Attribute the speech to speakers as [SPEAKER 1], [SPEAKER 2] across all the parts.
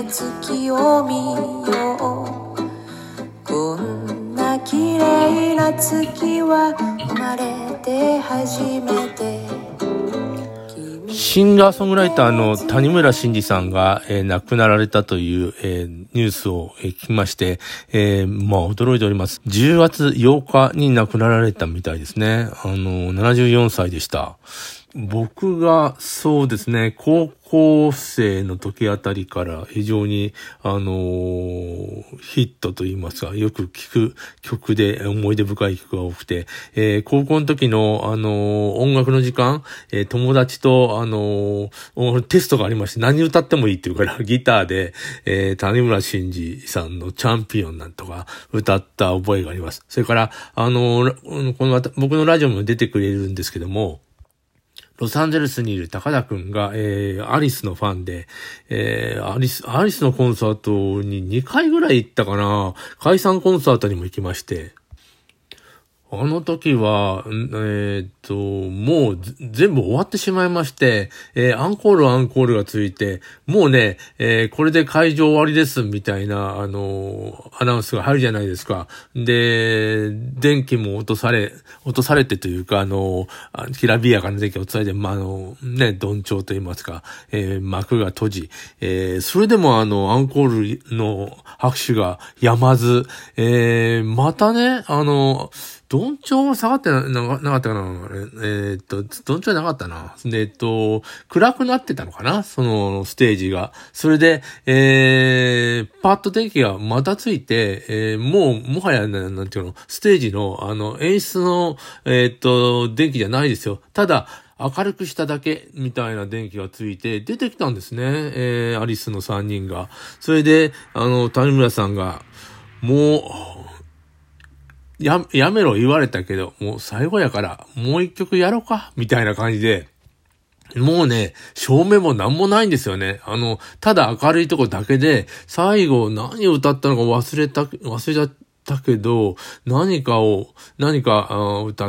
[SPEAKER 1] 月を見よう。こんな綺麗な月は生まれて初めて。
[SPEAKER 2] シンガーソングライターの谷村新司さんが、亡くなられたという、ニュースを、聞きまして、驚いております。10月8日に亡くなられたみたいですね。74歳でした。僕がそうですね、高校生の時あたりから非常に、ヒットと言いますか、よく聴く曲で思い出深い曲が多くて、高校の時の音楽の時間、友達とテストがありまして、何歌ってもいいっていうから、ギターで、谷村新司さんのチャンピオンなんとか歌った覚えがあります。それから、この僕のラジオも出てくれるんですけども、ロサンゼルスにいる高田くんが、アリスのファンで、アリスのコンサートに2回ぐらい行ったかな。解散コンサートにも行きまして、あの時は、もう全部終わってしまいまして、アンコールがついて、もうね、これで会場終わりですみたいな、アナウンスが入るじゃないですか。で、電気も落とされてというか、きらびやかな電気を落とされて、どんちょうと言いますか、幕が閉じ、それでもアンコールの拍手が止まず、またね、どんちょうは下がってなかったかな。どんちょうなかったな。で、暗くなってたのかな、そのステージが。それで、パッと電気がまたついて、もはや、なんていうの、ステージの、演出の、電気じゃないですよ。ただ、明るくしただけみたいな電気がついて出てきたんですね。アリスの3人が。それで、谷村さんが、もう、やめろ言われたけど、もう最後やから、もう一曲やろうかみたいな感じで、もうね、照明もなんもないんですよね。ただ明るいとこだけで、最後何を歌ったのか忘れちゃったけど、何か歌って、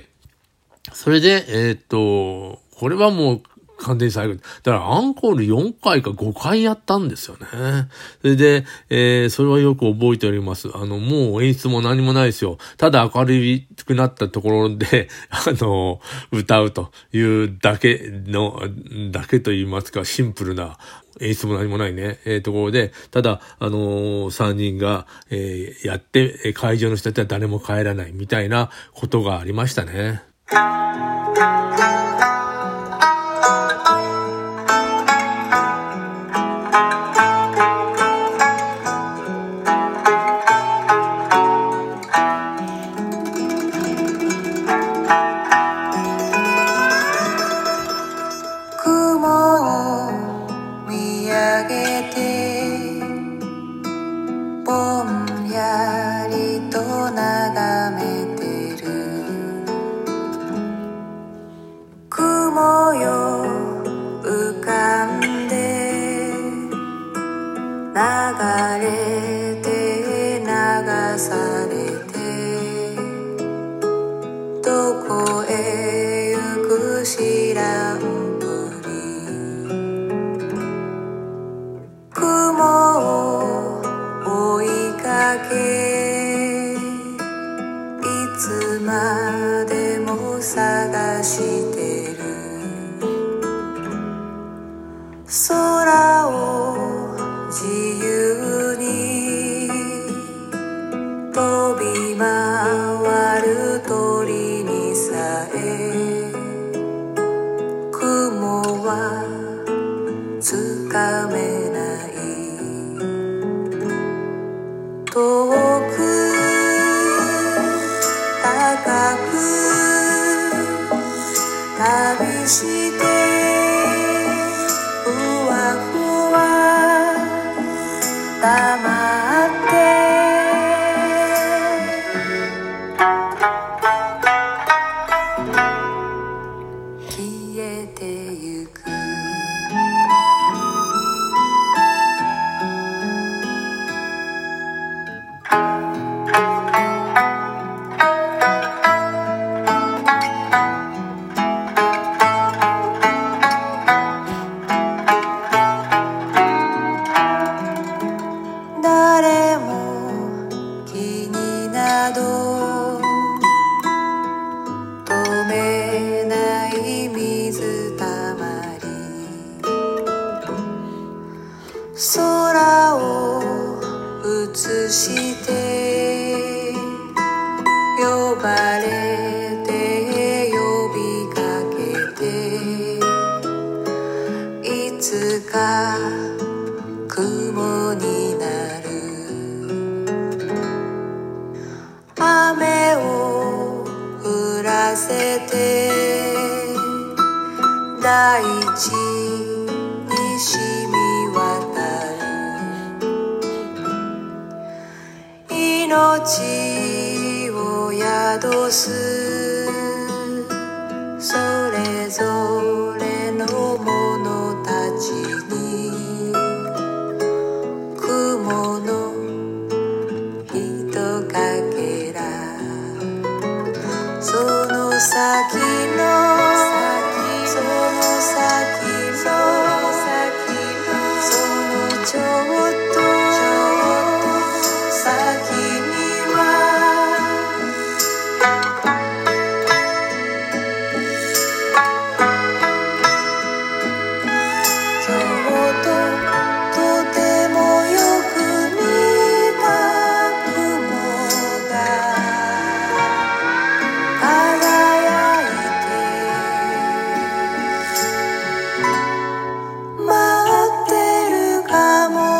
[SPEAKER 2] それで、これはもう完全に最後。だからアンコール4回か5回やったんですよね。それで、それはよく覚えております。もう演出も何もないですよ。ただ明るくなったところで、歌うというだけと言いますか、シンプルな演出も何もないね、ところで、ただ、3人が、やって、会場の人たちは誰も帰らないみたいなことがありましたね。
[SPEAKER 1] 雨を降らせて大地に染み渡る命を宿すそれぞれの者たちに雲の糸かけらその先のそのちょっと先には今日とてもよく似た雲が輝いて待ってるかも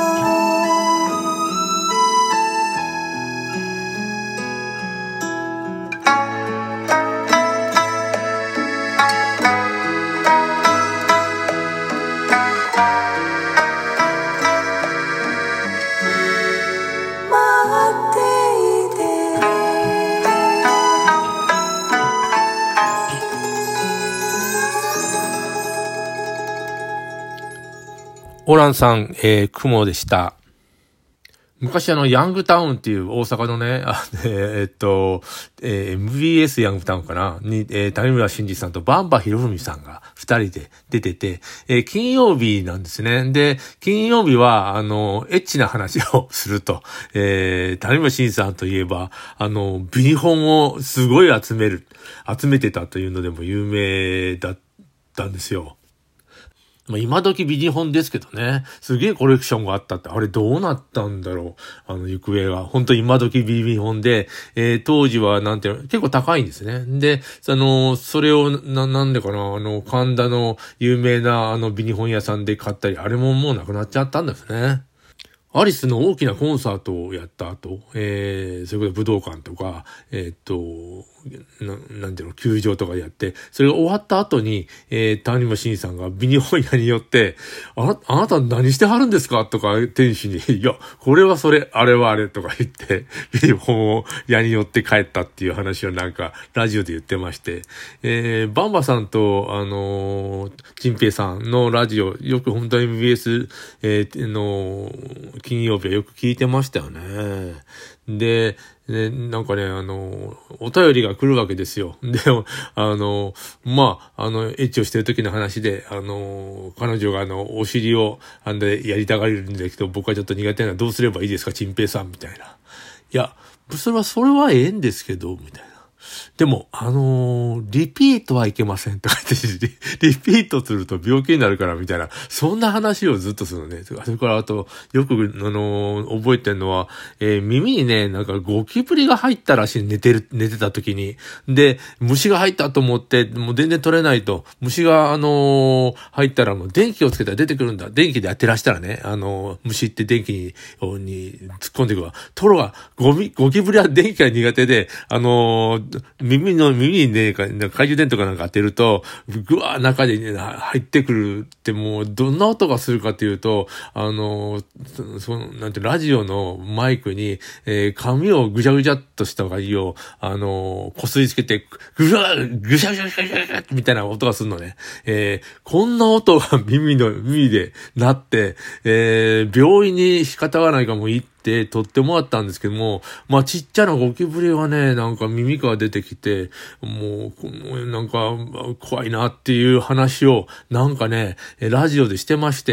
[SPEAKER 1] 待っていて
[SPEAKER 2] オランさん、雲でした。昔ヤングタウンっていう大阪のね、MBS ヤングタウンかなに、谷村新司さんとバンバひろふみさんが二人で出てて、金曜日なんですね。で、金曜日は、エッチな話をすると、谷村新司さんといえば、ビニ本をすごい集めてたというのでも有名だったんですよ。まあ、今時ビニ本ですけどね。すげえコレクションがあったって、あれどうなったんだろう。行方が。本当今時ビニ本で、当時はなんていうの、結構高いんですね。で、それを、なんでかな、神田の有名なビニ本屋さんで買ったり、あれももうなくなっちゃったんですね。アリスの大きなコンサートをやった後、それこそ武道館とか、なんていうの、球場とかでやって、それが終わった後に、谷村新司さんがビニ本屋によって、あなた何してはるんですかとか、店主に、いや、これはそれ、あれはあれとか言って、ビニ本を屋によって帰ったっていう話をなんか、ラジオで言ってまして、バンバさんと、チンペイさんのラジオ、よく本当 MBS、金曜日はよく聞いてましたよね。で、なんかね、お便りが来るわけですよ。で、エッチをしてる時の話で、彼女がお尻を、やりたがるんだけど、僕はちょっと苦手なのどうすればいいですか、チンペイさんみたいな。いや、それはええんですけど、みたいな。でも、リピートはいけませんとか言って、リピートすると病気になるからみたいな、そんな話をずっとするのね。それからあと、よく、覚えてるのは、耳にね、なんかゴキブリが入ったらしい、寝てた時に。で、虫が入ったと思って、もう全然取れないと。虫が、入ったらもう電気をつけたら出てくるんだ。電気で当てらしたらね、虫って電気に突っ込んでくるわ。ところが、ゴキブリは電気が苦手で、耳にね、懐中電灯かなんか当てると、ぐわー中に、ね、入ってくるってもう、どんな音がするかっていうと、なんて、ラジオのマイクに、髪をぐちゃぐちゃっとした鍵を、こすりつけて、ぐしゃぐしゃみたいな音がするのね。こんな音が耳でなって、病院に仕方がないかも行って撮ってもらったんですけども、まあちっちゃなゴキブリはね、なんか耳から出てきて、もうなんか怖いなっていう話をなんかね、ラジオでしてまして、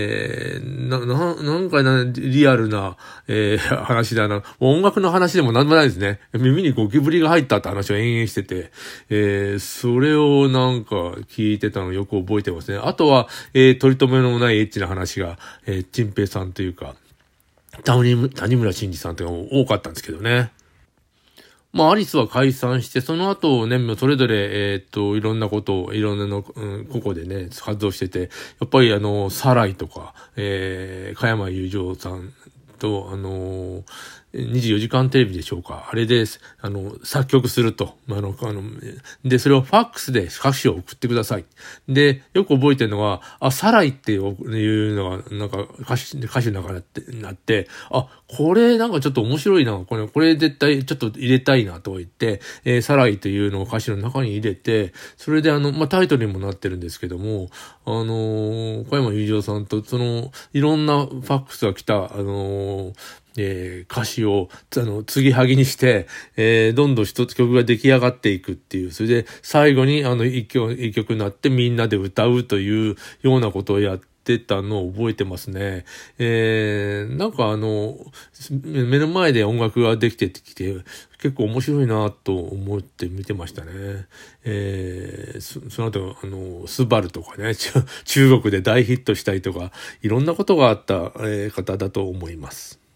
[SPEAKER 2] なんかリアルな、話だな。音楽の話でもなんでもないですね。耳にゴキブリが入ったって話を延々してて、それをなんか聞いてたのをよく覚えてますね。あとは、取り留めのないエッチな話が、チンペイさんというか、谷村新司さんとかも多かったんですけどね。まあ、アリスは解散して、その後ね、それぞれ、いろんなことを、いろんなの、個々でね、活動してて、やっぱりサライとか、加山雄三さんと、 24時間テレビでしょうか。あれで、作曲すると。で、それをファックスで歌詞を送ってください。で、よく覚えてるのは、サライっていうのが、なんか歌詞の中になって、これなんかちょっと面白いな。これ絶対ちょっと入れたいなと言って、サライというのを歌詞の中に入れて、それでタイトルにもなってるんですけども、小山裕次郎さんと、いろんなファックスが来た、歌詞を、継ぎはぎにして、どんどん一つ曲が出来上がっていくっていう、それで最後に一曲になってみんなで歌うというようなことをやってたのを覚えてますね。なんか目の前で音楽ができてきて、結構面白いなと思って見てましたね。その後、スバルとかね、中国で大ヒットしたりとか、いろんなことがあった、方だと思います。